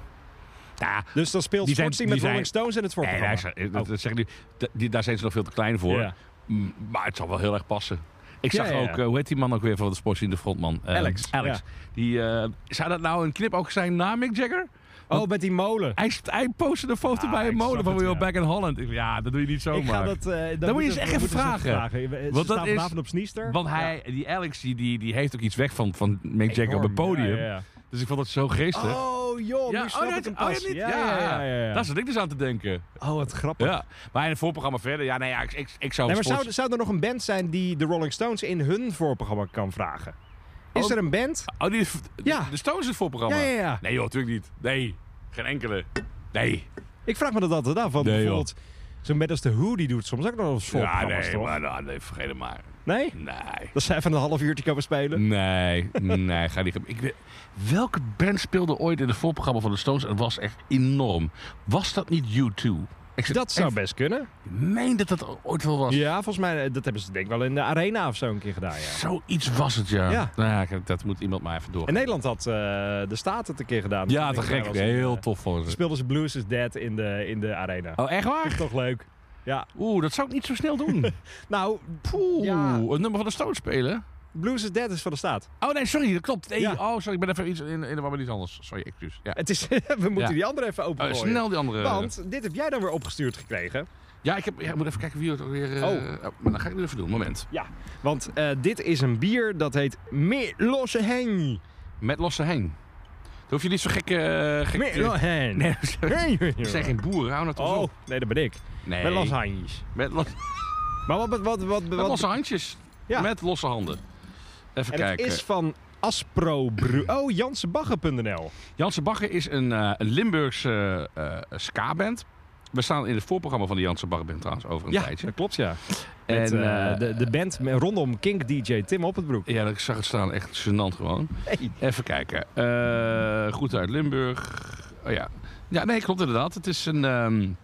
Ja, Dus dan speelt die Sportsteam met Rolling Stones in het voorprogramma. dat zeggen daar zijn ze nog veel te klein voor. Ja. Maar het zal wel heel erg passen. Ik zag Ja. ook, hoe heet die man ook weer van de Sportsteam, de frontman? Alex. Alex. Die, zou dat nou een knip ook zijn na Mick Jagger? Oh, met die molen. Hij postte een foto bij een ik molen snap van het, We Were ja. Back in Holland. Ja, dat doe je niet zomaar. Ik ga dat moet je eens echt even vragen. Ze Want dat staan is- vanavond op Sneester. Want die Alex die heeft ook iets weg van Mick Jagger op het podium. Ja. Dus ik vond het zo geestig. Oh joh, nu snap ik hem pas. niet? Ja. Daar zat ik dus aan te denken. Oh, wat grappig. Ja. Maar in het voorprogramma verder, ik zou... Nee, maar zou er nog een band zijn die de Rolling Stones in hun voorprogramma kan vragen? Is er een band? Oh, Ja. de Stones het voorprogramma? Ja. Nee joh, natuurlijk niet. Nee, geen enkele. Nee. Ik vraag me dat altijd af. Want Nee, bijvoorbeeld zo'n band als The Who, die doet soms ook nog eens voorprogramma's, toch? Nee, vergeet het maar. Nee? Nee. Dat zij van een half uurtje komen spelen? Nee, ga niet. Welke band speelde ooit in het voorprogramma van de Stones en was echt enorm? Was dat niet U2? Dat zou best kunnen. Ik meen dat dat ooit wel was. Ja, volgens mij, dat hebben ze denk ik wel in de Arena of zo een keer gedaan, ja. Zoiets was het, ja. Ja. Nou ja, dat moet iemand maar even door. In Nederland had de Staat het een keer gedaan. Ja, Dat te denk ik gek. wel eens Heel tof voor ze. speelden ze Blues is Dead in de Arena. Oh, echt waar? Toch leuk. Ja. Oeh, dat zou ik niet zo snel doen. Nou, Oeh, Ja. een nummer van de Stones spelen? Blues is Dead is van de Staat. Oh nee, sorry, dat klopt. Nee, Ja. Oh, sorry, ik ben even iets in de war met iets anders. Sorry, excuus. Ja. Het is, we moeten Ja. die andere even opengooien. Snel die andere. Want dit heb jij dan weer opgestuurd gekregen. Ja, ik moet even kijken wie het alweer... maar dan ga ik nu even doen, moment. Ja. Want dit is een bier dat heet Midlosse Heng. Met losse heen. Dan hoef je niet zo gek... Midlosse Heng. Nee, we zijn geen boeren, hou nou toch Oh, op. nee, dat ben ik. Nee. Met losse handjes. Met Maar wat losse handjes. Ja. Met losse handen. Even En kijken. het is van Aspro Bru. Oh, Jansebagger.nl. Janse Bagger is een Limburgse ska-band. We staan in het voorprogramma van de Janse Bagger Band trouwens over een Ja, tijdje. dat klopt, ja. Met, de band rondom Kink-DJ Tim Oppenbroek. Ja, ik zag het staan. Echt gênant gewoon. Hey. Even kijken. Groeten uit Limburg. Oh ja. Ja, nee, klopt inderdaad. Het is een...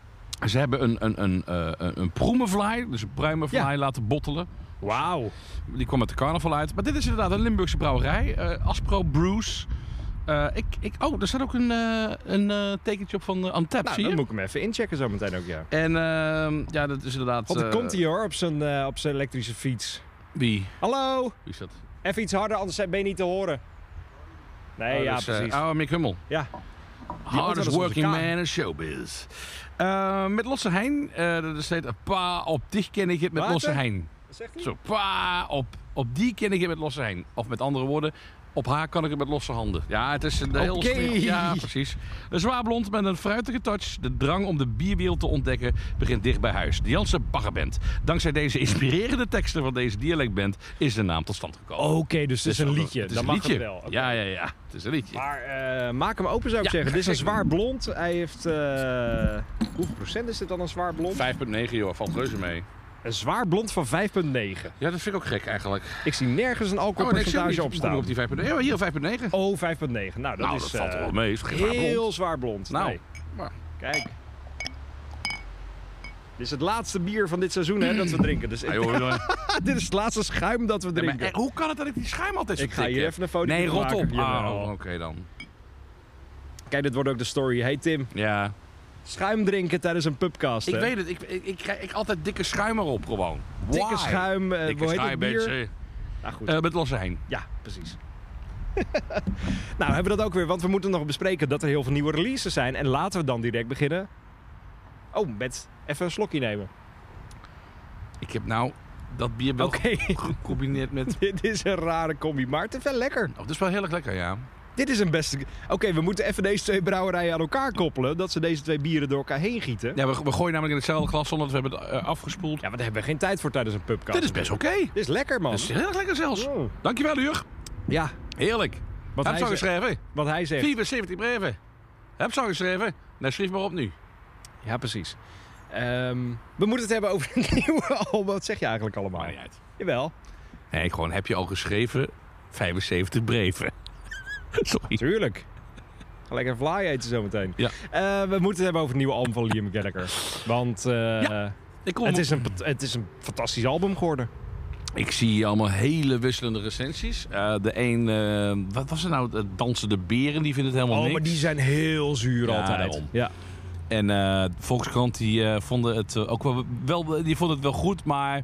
ze hebben een proemenvlaai, dus een pruimenvlaai laten bottelen. Wauw. Die kwam met de carnaval uit. Maar dit is inderdaad een Limburgse brouwerij. Aspro Brews. Er staat ook een tekentje op van Antep, Nou, zie je? dan moet ik hem even inchecken zo meteen ook, ja. En ja, dat is inderdaad... Want er komt hij hoor, op zijn elektrische fiets. Wie? Hallo? Wie is dat? Even iets harder, anders ben je niet te horen. Nee, ja, dat is, precies. Mick Hummel. Ja. Hardest onze working K. man in showbiz. Met Losse Hein. Er staat pa, op die ken ik het met Wat? Losse Hein. Wat zegt hij? Zo, pa, op die ken ik het met Losse Hein. Of met andere woorden, op haar kan ik het met losse handen. Ja, het is een heel... Oké. Ja, precies. Een zwaar blond met een fruitige touch. De drang om de bierwereld te ontdekken begint dicht bij huis. De Janse Baggerband. Dankzij deze inspirerende teksten van deze dialectband is de naam tot stand gekomen. Oké, dus het is een liedje. Het is Dan een mag liedje. het wel. Oké. Ja. Het is een liedje. Maar maak hem open zou ik Ja, zeggen. Dit is een zeker. zwaar blond. Hij heeft... hoeveel procent is dit dan een zwaar blond? 5,9 joh, valt reuze mee. Een zwaar blond van 5,9. Ja, dat vind ik ook gek eigenlijk. Ik zie nergens een nee, ik zie alcoholpercentage niet. op Kom staan. op die 5,9. Ja, hier 5,9. Oh, 5,9. Nou, dat Nou, is dat valt er wel mee. Is geen zwaar blond. heel zwaar blond. Nou, Nee. maar- Kijk. Dit is het laatste bier van dit seizoen hè, dat we drinken. Dus Ah, joh, dit is het laatste schuim dat we Ja, maar, drinken. hoe kan het dat ik die schuim altijd zo Ik ga tik hier heb? even een foto Nee, van rot maken. op. Jawel. Oké dan. Kijk, dit wordt ook de story. Hey Tim, Ja. Schuim drinken tijdens een pubcast. Ik weet het. Ik krijg altijd dikke schuim erop gewoon. Dikke schuim. Dikke schuim, mensen. Nou goed. Met lozijn. Ja, precies. Nou, hebben we dat ook weer. Want we moeten nog bespreken dat er heel veel nieuwe releases zijn. En laten we dan direct beginnen. Oh, met even een slokje nemen. Ik heb nou dat bier wel gecombineerd met... Dit is een rare combi, maar het is wel lekker. Oh, het is wel heel erg lekker, ja. Dit is een beste... Oké, we moeten even deze twee brouwerijen aan elkaar koppelen. Dat ze deze twee bieren door elkaar heen gieten. Ja, we gooien namelijk in hetzelfde glas zonder dat we hebben het afgespoeld. Ja, maar daar hebben we geen tijd voor tijdens een pubcast. Dit is best oké. Dit is lekker, man. Dit is heel erg lekker zelfs. Oh. Dankjewel, Jurg. Ja. Heerlijk. Heb zo geschreven. Wat hij zegt. 74 brieven. Heb zo geschreven. Nou, schrijf maar op nu. Ja, precies. We moeten het hebben over een nieuwe album. Wat zeg je eigenlijk allemaal? Maar niet uit. Jawel. Nee, gewoon heb je al geschreven 75 brieven. Sorry. Tuurlijk. Ga lekker fly eten zometeen. Ja. We moeten het hebben over het nieuwe album van Liam Gallagher. Want het is een fantastisch album geworden. Ik zie allemaal hele wisselende recensies. De een, wat was het nou? Dansende beren, die vinden het helemaal niks. Maar die zijn heel zuur altijd. Daarom. Ja. En Volkskrant die vonden het ook wel goed, maar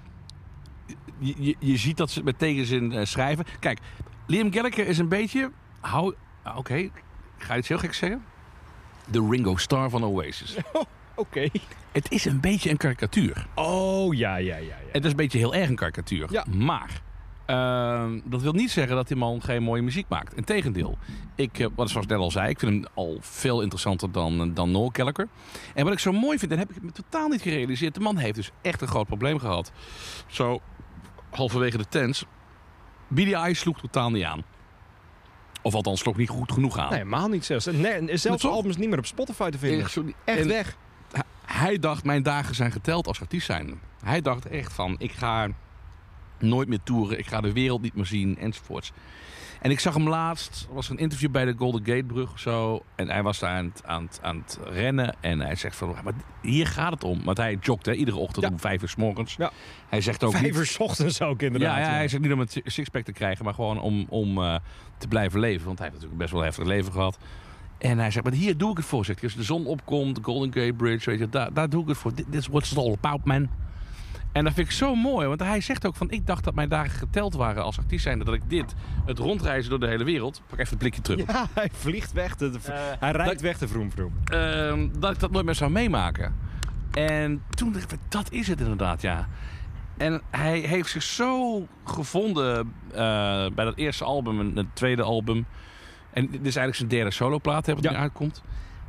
je ziet dat ze het met tegenzin schrijven. Kijk, Liam Gallagher is een beetje... Oké, ga je iets heel gek zeggen? De Ringo Starr van Oasis. Oké. Het is een beetje een karikatuur. Oh, ja. Het is een beetje heel erg een karikatuur. Ja. Maar dat wil niet zeggen dat die man geen mooie muziek maakt. Integendeel. Zoals ik net al zei, ik vind hem al veel interessanter dan Noel Gallagher. En wat ik zo mooi vind, en heb ik me totaal niet gerealiseerd. De man heeft dus echt een groot probleem gehad. Zo, halverwege de tents. BDI sloeg totaal niet aan. Of althans, sloeg niet goed genoeg aan. Nee, helemaal niet zelfs. Zelfs albums niet meer op Spotify te vinden. Echt weg. Hij dacht, mijn dagen zijn geteld als artiest zijn. Hij dacht echt van, ik ga nooit meer toeren. Ik ga de wereld niet meer zien, enzovoorts. En ik zag hem laatst, er was een interview bij de Golden Gate Brug of zo. En hij was daar aan het rennen. En hij zegt van, maar hier gaat het om. Want hij jogt iedere ochtend om 5 uur 's morgens. Ja. Hij zegt ook 5 uur 's ochtends ook inderdaad. Ja, hij zegt niet om het sixpack te krijgen, maar gewoon om te blijven leven. Want hij heeft natuurlijk best wel een heftig leven gehad. En hij zegt, maar hier doe ik het voor. Zegt, als de zon opkomt, de Golden Gate Bridge, weet je, daar doe ik het voor. This is what it's all about, man. En dat vind ik zo mooi, want hij zegt ook van, ik dacht dat mijn dagen geteld waren als artiest zijnde, dat ik het rondreizen door de hele wereld, pak even het blikje terug. Ja, hij vliegt weg, hij rijdt weg de vroom. Dat ik dat nooit meer zou meemaken. En toen dacht ik, dat is het inderdaad, ja. En hij heeft zich zo gevonden bij dat eerste album en het tweede album. En dit is eigenlijk zijn derde soloplaat, wat nu uitkomt.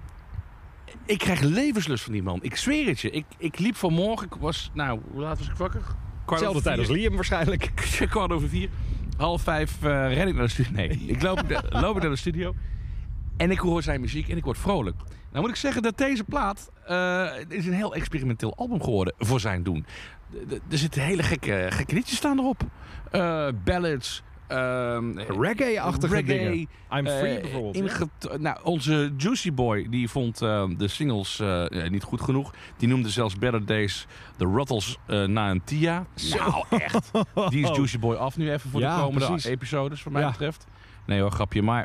Ik krijg levenslust van die man. Ik zweer het je. Ik liep vanmorgen. Ik was, hoe laat was ik wakker? Hetzelfde tijd als Liam waarschijnlijk. 4:15. 4:30 ren ik naar de studio. Nee, ik loop naar de studio. En ik hoor zijn muziek en ik word vrolijk. Nou moet ik zeggen dat deze plaat is een heel experimenteel album geworden voor zijn doen. Er zitten hele gekke liedjes staan erop. Ballads. Reggae-achtige dingen. I'm Free bijvoorbeeld. Onze Juicy Boy die vond de singles niet goed genoeg. Die noemde zelfs Better Days de Ruttles na een Tia. Nou echt. Die is Juicy Boy af nu even voor de komende episodes wat mij betreft. Nee hoor, grapje. Maar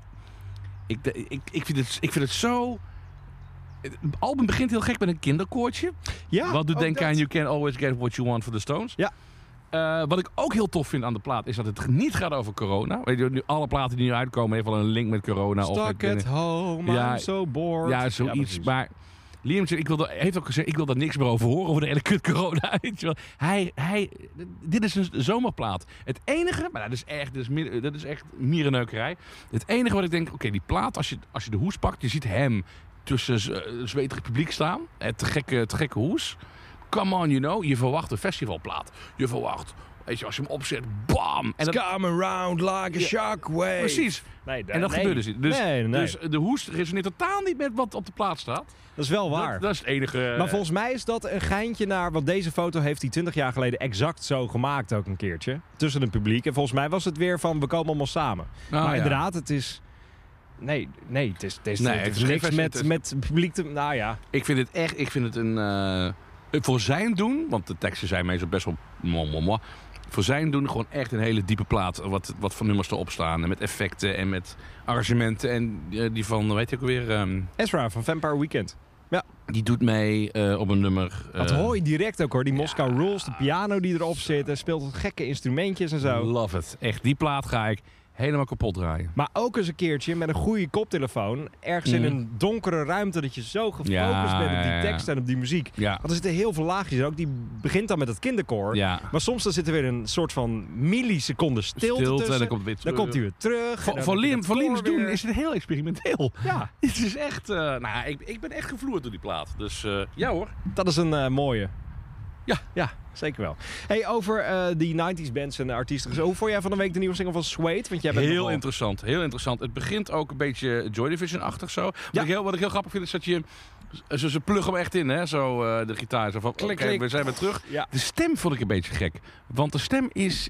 ik vind het zo... Het album begint heel gek met een kinderkoortje. Ja, wat doet denken aan You Can Always Get What You Want for the Stones. Ja. Wat ik ook heel tof vind aan de plaat is dat het niet gaat over corona. Weet je, nu, alle platen die nu uitkomen heeft wel een link met corona. Stuck at home, I'm so bored. Ja, zoiets. Maar Liam heeft ook gezegd, ik wil daar niks meer over horen, over de hele kut corona. Weet je wel. Dit is een zomerplaat. Het enige, maar dat is echt mierenneukerij. Het enige wat ik denk, oké, die plaat, als je de hoes pakt, je ziet hem tussen zweterig publiek staan. Te gekke hoes. Come on, je verwacht een festivalplaat. Je verwacht, weet je, als je hem opzet, bam! En come around like a shockwave. Precies. En dat gebeurt dus niet. Dus de hoes resoneert totaal niet met wat op de plaat staat. Dat is wel waar. Dat is het enige. Maar volgens mij is dat een geintje naar... Want deze foto heeft hij 20 jaar geleden exact zo gemaakt ook een keertje. Tussen het publiek. En volgens mij was het weer van, we komen allemaal samen. Maar inderdaad, het is... Nee, het is niks met publiek te... Nou ja. Ik vind het een... voor zijn doen, want de teksten zijn meestal best wel... Voor zijn doen gewoon echt een hele diepe plaat. Wat voor nummers erop staan. En met effecten en met arrangementen. En die van, weet je ook weer... Ezra van Vampire Weekend. Ja. Die doet mee op een nummer. Dat hoor je direct ook hoor. Die Moscow Rules, de piano die erop zit. Hij speelt gekke instrumentjes en zo. Love it. Echt, die plaat ga ik helemaal kapot draaien. Maar ook eens een keertje met een goede koptelefoon. Ergens in een donkere ruimte dat je zo gefocust bent op die tekst en op die muziek. Ja. Want er zitten heel veel laagjes ook. Die begint dan met het kinderkoor. Ja. Maar soms dan zit er weer een soort van milliseconde stilte tussen. En dan komt hij weer terug. Voor Liam's doen is het heel experimenteel. Ja. Het is echt... ik ben echt gevloerd door die plaat. Dus ja hoor. Dat is een mooie. Ja, zeker wel. Hey, over die 90s bands en artiesten. Hoe vond jij van de week de nieuwe single van Suede? Want jij bent heel interessant. Het begint ook een beetje Joy Division-achtig zo. Wat ik heel grappig vind is dat ze pluggen hem echt in, hè? Zo de gitaar. Zo van, klik. We zijn weer terug. Ja. De stem vond ik een beetje gek. Want de stem is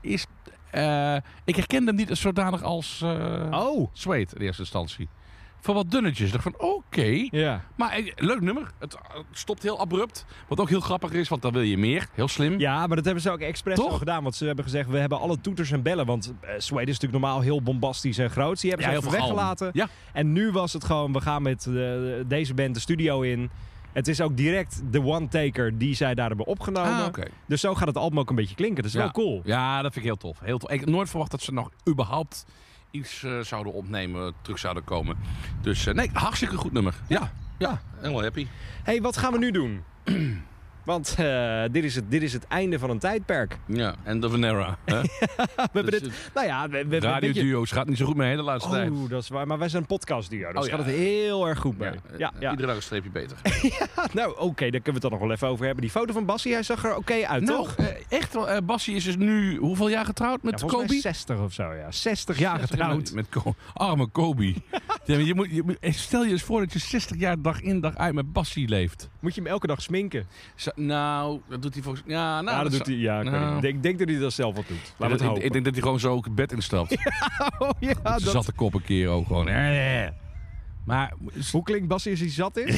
ik herkende hem niet als zodanig als Suede in eerste instantie. Van wat dunnetjes. Ik dacht van, oké. Ja. Maar leuk nummer. Het stopt heel abrupt. Wat ook heel grappig is, want dan wil je meer. Heel slim. Ja, maar dat hebben ze ook expres al gedaan. Want ze hebben gezegd, we hebben alle toeters en bellen. Want Suede is natuurlijk normaal heel bombastisch en groot. Die hebben ze even weggelaten. Ja. En nu was het gewoon, we gaan met deze band de studio in. Het is ook direct de one-taker die zij daar hebben opgenomen. Okay. Dus zo gaat het album ook een beetje klinken. Dat is wel cool. Ja, dat vind ik heel tof. Heel tof. Ik heb nooit verwacht dat ze nog überhaupt iets zouden opnemen, terug zouden komen. Dus nee, hartstikke goed nummer. Ja, helemaal happy. Hey, wat gaan we nu doen? Want dit is het einde van een tijdperk. Ja, end of an era. Hè? we hebben dit. Nou ja, we radioduo's gaat niet zo goed mee de laatste tijd. Oh, dat is waar. Maar wij zijn een podcastduo. Dus gaat het heel erg goed mee. Ja. Iedere dag een streepje beter. Nou, oké, daar kunnen we het dan nog wel even over hebben. Die foto van Bassie, hij zag er oké uit, toch? Echt, Bassie is dus nu hoeveel jaar getrouwd met Kobe? 60 of zo, ja. 60 jaar getrouwd. Met arme Kobe. Stel je eens voor dat je 60 jaar dag in dag uit met Bassie leeft. Moet je hem elke dag sminken? Nou, dat doet hij volgens mij. Ja, dat doet hij. Ja, ik denk dat hij dat zelf wel doet. Laten we het hopen. Ik denk dat hij gewoon zo ook het bed instapt. Dat zat de kop een keer ook gewoon. Maar hoe klinkt Bassie als hij zat is?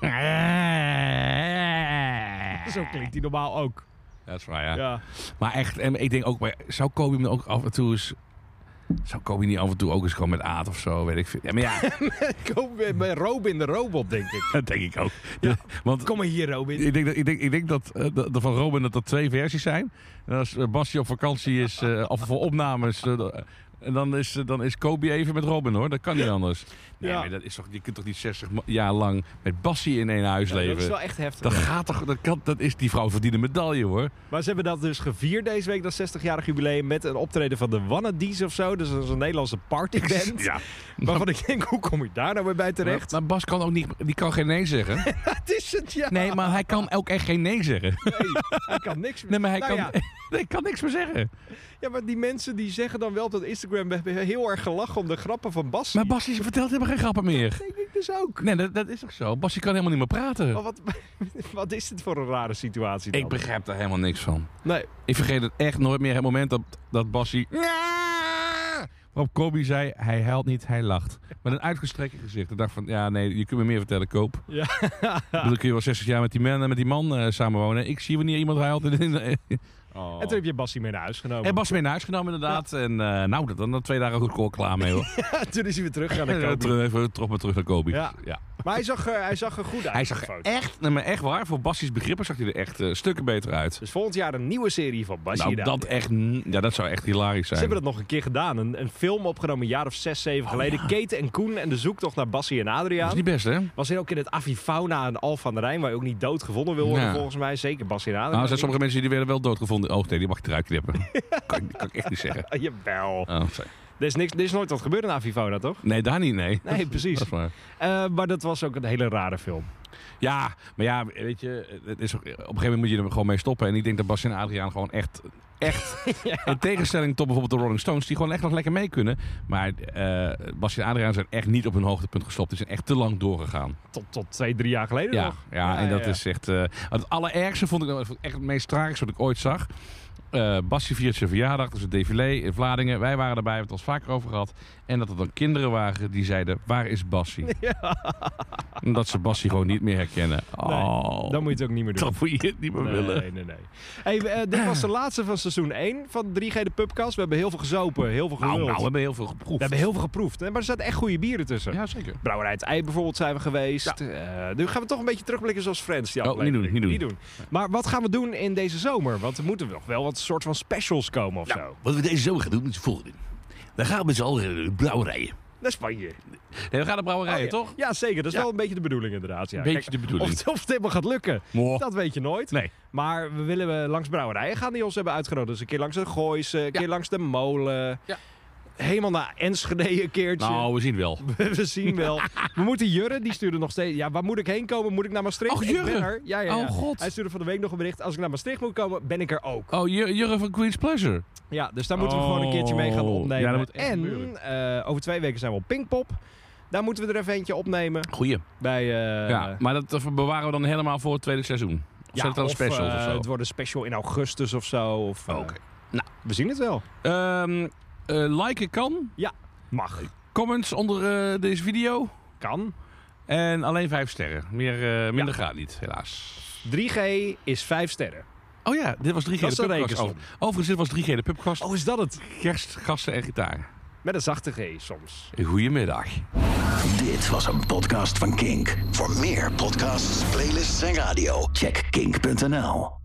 Zo klinkt hij normaal ook. Dat is waar, ja. Maar echt, en ik denk ook, zou Kobe hem ook af en toe eens... Zou Kobe niet af en toe ook eens gewoon met Aad of zo, weet ik veel. Ja, maar ja. Kobe met Robin de Robot, denk ik. Dat denk ik ook. Ja. Want kom maar hier, Robin. Ik denk dat van Robin dat er 2 versies zijn. En als Basje op vakantie is, of voor opnames... En dan is Kobe even met Robin, hoor. Dat kan niet anders. Nee, maar dat is toch, je kunt toch niet 60 jaar lang met Bassie in één huis leven? Dat is wel echt heftig. Dat is die vrouw verdient een medaille, hoor. Maar ze hebben dat dus gevierd deze week, dat 60-jarig jubileum, met een optreden van de Wannadies of zo. Dus dat is een Nederlandse partyband. Ja. Waarvan ik denk, hoe kom je daar nou weer bij terecht? Maar Bas kan ook niet, die kan geen nee zeggen. Dat is het, ja. Nee, maar hij kan ook echt geen nee zeggen. Nee, hij kan niks meer. Nee, maar hij kan niks meer zeggen. Ja, maar die mensen die zeggen dan wel op dat Instagram, we hebben heel erg gelachen om de grappen van Bassie. Maar Bassie vertelt helemaal geen grappen meer. Dat denk ik dus ook. Nee, dat is toch zo? Bassie kan helemaal niet meer praten. Maar wat is dit voor een rare situatie dan? Ik begrijp daar helemaal niks van. Nee. Ik vergeet het echt nooit meer. Het moment dat Bassie... Waarop Kobe zei, hij huilt niet, hij lacht. Met een uitgestrekt gezicht. Ik dacht van, ja nee, je kunt me meer vertellen, Koop. Ja. Dan kun je wel 60 jaar met die man samenwonen. Ik zie wanneer iemand huilt. En toen heb je Bassie mee naar huis genomen. En Bassie mee naar huis genomen, inderdaad. Ja. En dan 2 dagen goed klaar mee, hoor. Toen is hij weer terug naar Kobe. Terug naar Kobe. Ja. Maar hij zag er goed uit. Hij zag echt waar. Voor Bassie's begrippen zag hij er echt stukken beter uit. Dus volgend jaar een nieuwe serie van Bassie. Dat zou echt hilarisch zijn. Ze hebben dat nog een keer gedaan. Een film opgenomen een jaar of 6, 7 geleden. Ja. Kate en Koen en de zoektocht naar Bassie en Adriaan. Dat is niet best, hè? Was hij ook in het Avifauna en Alphen aan de Rijn, waar je ook niet doodgevonden wil worden, volgens mij. Zeker Bassie en Adriaan. Nou, er zijn sommige mensen die werden wel doodgevonden. Oh nee, die mag ik eruit knippen. kan ik echt niet zeggen. Jawel. Oh, er is nooit wat gebeurd in Avivona, toch? Nee, daar niet, nee. Nee, precies. Dat is waar. Maar dat was ook een hele rare film. Ja, maar ja, weet je, op een gegeven moment moet je er gewoon mee stoppen. En ik denk dat Bassie en Adriaan gewoon echt in tegenstelling tot bijvoorbeeld de Rolling Stones, die gewoon echt nog lekker mee kunnen. Maar Bassie en Adriaan zijn echt niet op hun hoogtepunt gestopt. Die zijn echt te lang doorgegaan. Tot 2-3 jaar geleden nog. Ja, en dat is echt... het allerergste vond ik echt het meest tragisch wat ik ooit zag. Bassie viert zijn verjaardag, dus het défilé in Vlaardingen. Wij waren erbij, we hebben het al vaker over gehad. En dat er dan kinderen waren die zeiden, waar is Bassie? Ja. Omdat ze Bassie gewoon niet meer herkennen. Nee, dan moet je het ook niet meer doen. Dan moet je het niet meer willen. Nee. Hey, dit was de laatste van seizoen 1 van 3G de Pubcast. We hebben heel veel gezopen, heel veel geluld. Nou, we hebben heel veel geproefd. We hebben heel veel geproefd, hè? Maar er zaten echt goede bieren tussen. Ja, zeker. Brouwerij Het Ei bijvoorbeeld zijn we geweest. Ja. Nu gaan we toch een beetje terugblikken zoals Friends. Niet doen. Maar wat gaan we doen in deze zomer? Want er moeten nog wel wat soort van specials komen of zo. Wat we deze zomer gaan doen is het volgende. We gaan met z'n allen brouwerijen. Naar Spanje. Nee, we gaan naar brouwerijen, toch? Ja, zeker. Dat is wel een beetje de bedoeling inderdaad. Ja. Een beetje de bedoeling. Of het helemaal gaat lukken, dat weet je nooit. Nee. Maar we willen langs brouwerijen gaan die ons hebben uitgenodigd. Dus een keer langs de Gooise, een keer langs de Molen. Ja. Helemaal naar Enschede een keertje. Nou, we zien wel. We zien wel. We moeten Jurre, die stuurde nog steeds... Ja, waar moet ik heen komen? Moet ik naar Maastricht? Oh, Jurre? Ja. Oh, god. Hij stuurde van de week nog een bericht. Als ik naar Maastricht moet komen, ben ik er ook. Oh, Jurre van Queen's Pleasure. Ja, dus daar moeten we gewoon een keertje mee gaan opnemen. Ja, dat moet echt gebeuren. Over 2 weken zijn we op Pinkpop. Daar moeten we er even eentje opnemen. Goeie. Ja, maar dat bewaren we dan helemaal voor het tweede seizoen. Of zijn het dan specials of zo? Het wordt een special in augustus of zo. Oké. Nou, we zien het wel. Liken kan. Ja, mag. Comments onder deze video. Kan. En alleen 5 sterren. Minder gaat niet, helaas. 3G is 5 sterren. Oh ja, dit was 3G de Pubcast. Overigens, dit was 3G de Pubcast. Oh, is dat het? Kerst, gasten en gitaar. Met een zachte G soms. Goedemiddag. Dit was een podcast van Kink. Voor meer podcasts, playlists en radio, check kink.nl.